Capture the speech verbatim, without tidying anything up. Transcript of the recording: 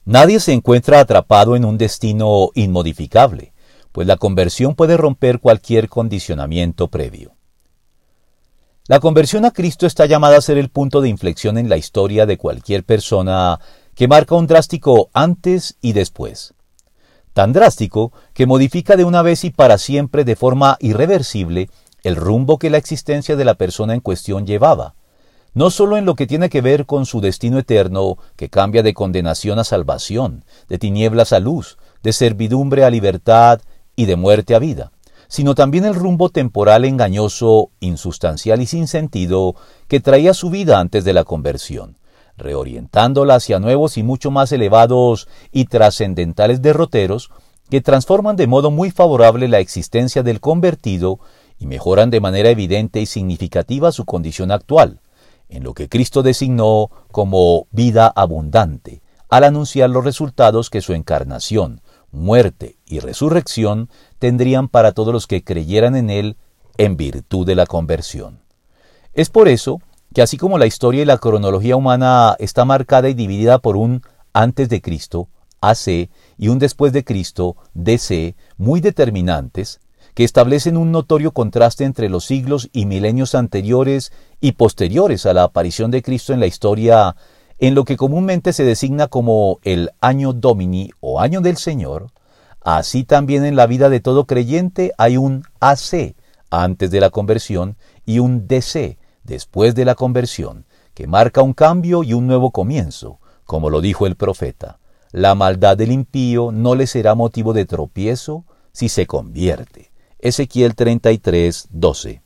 Nadie se encuentra atrapado en un destino inmodificable, pues la conversión puede romper cualquier condicionamiento previo. La conversión a Cristo está llamada a ser el punto de inflexión en la historia de cualquier persona que marca un drástico antes y después. Tan drástico que modifica de una vez y para siempre de forma irreversible el rumbo que la existencia de la persona en cuestión llevaba, no solo en lo que tiene que ver con su destino eterno, que cambia de condenación a salvación, de tinieblas a luz, de servidumbre a libertad y de muerte a vida, sino también el rumbo temporal engañoso, insustancial y sin sentido que traía su vida antes de la conversión, reorientándola hacia nuevos y mucho más elevados y trascendentales derroteros que transforman de modo muy favorable la existencia del convertido y mejoran de manera evidente y significativa su condición actual, en lo que Cristo designó como vida abundante, al anunciar los resultados que su encarnación, muerte y resurrección tendrían para todos los que creyeran en Él en virtud de la conversión. Es por eso que así como la historia y la cronología humana está marcada y dividida por un antes de Cristo, A C, y un después de Cristo, D C, muy determinantes, que establecen un notorio contraste entre los siglos y milenios anteriores y posteriores a la aparición de Cristo en la historia, en lo que comúnmente se designa como el Año Domini o Año del Señor, así también en la vida de todo creyente hay un A C, antes de la conversión, y un D C, después de la conversión, que marca un cambio y un nuevo comienzo, como lo dijo el profeta. La maldad del impío no le será motivo de tropiezo si se convierte. Ezequiel treinta y tres, doce.